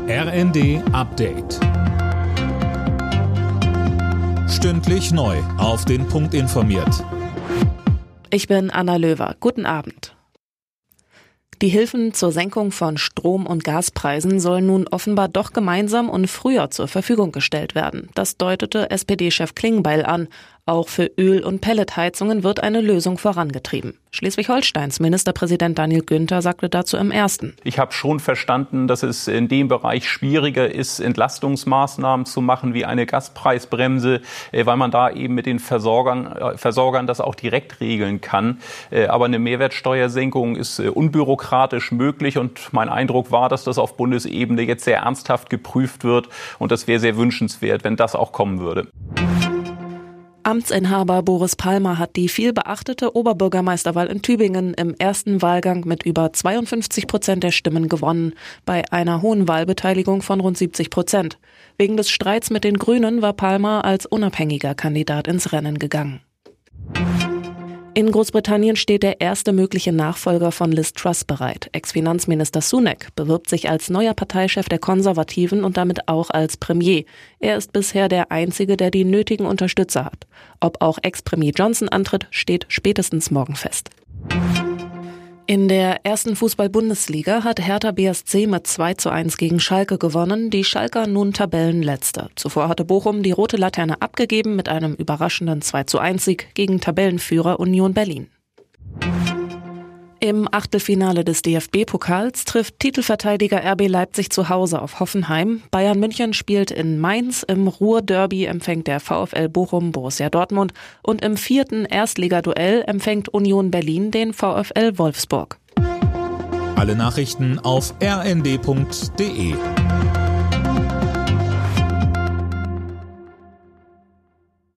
RND Update. Stündlich neu auf den Punkt informiert. Ich bin Anna Löwer. Guten Abend. Die Hilfen zur Senkung von Strom- und Gaspreisen sollen nun offenbar doch gemeinsam und früher zur Verfügung gestellt werden. Das deutete SPD-Chef Klingbeil an. Auch für Öl- und Pelletheizungen wird eine Lösung vorangetrieben. Schleswig-Holsteins Ministerpräsident Daniel Günther sagte dazu im Ersten: Ich habe schon verstanden, dass es in dem Bereich schwieriger ist, Entlastungsmaßnahmen zu machen wie eine Gaspreisbremse, weil man da eben mit den Versorgern das auch direkt regeln kann. Aber eine Mehrwertsteuersenkung ist unbürokratisch möglich und mein Eindruck war, dass das auf Bundesebene jetzt sehr ernsthaft geprüft wird und das wäre sehr wünschenswert, wenn das auch kommen würde. Amtsinhaber Boris Palmer hat die viel beachtete Oberbürgermeisterwahl in Tübingen im ersten Wahlgang mit über 52% der Stimmen gewonnen, bei einer hohen Wahlbeteiligung von rund 70%. Wegen des Streits mit den Grünen war Palmer als unabhängiger Kandidat ins Rennen gegangen. In Großbritannien steht der erste mögliche Nachfolger von Liz Truss bereit. Ex-Finanzminister Sunak bewirbt sich als neuer Parteichef der Konservativen und damit auch als Premier. Er ist bisher der Einzige, der die nötigen Unterstützer hat. Ob auch Ex-Premier Johnson antritt, steht spätestens morgen fest. In der ersten Fußball-Bundesliga hat Hertha BSC mit 2:1 gegen Schalke gewonnen, die Schalker nun Tabellenletzter. Zuvor hatte Bochum die rote Laterne abgegeben mit einem überraschenden 2:1-Sieg gegen Tabellenführer Union Berlin. Im Achtelfinale des DFB-Pokals trifft Titelverteidiger RB Leipzig zu Hause auf Hoffenheim. Bayern München spielt in Mainz, im Ruhr-Derby empfängt der VfL Bochum Borussia Dortmund und im 4. Erstligaduell empfängt Union Berlin den VfL Wolfsburg. Alle Nachrichten auf rnd.de.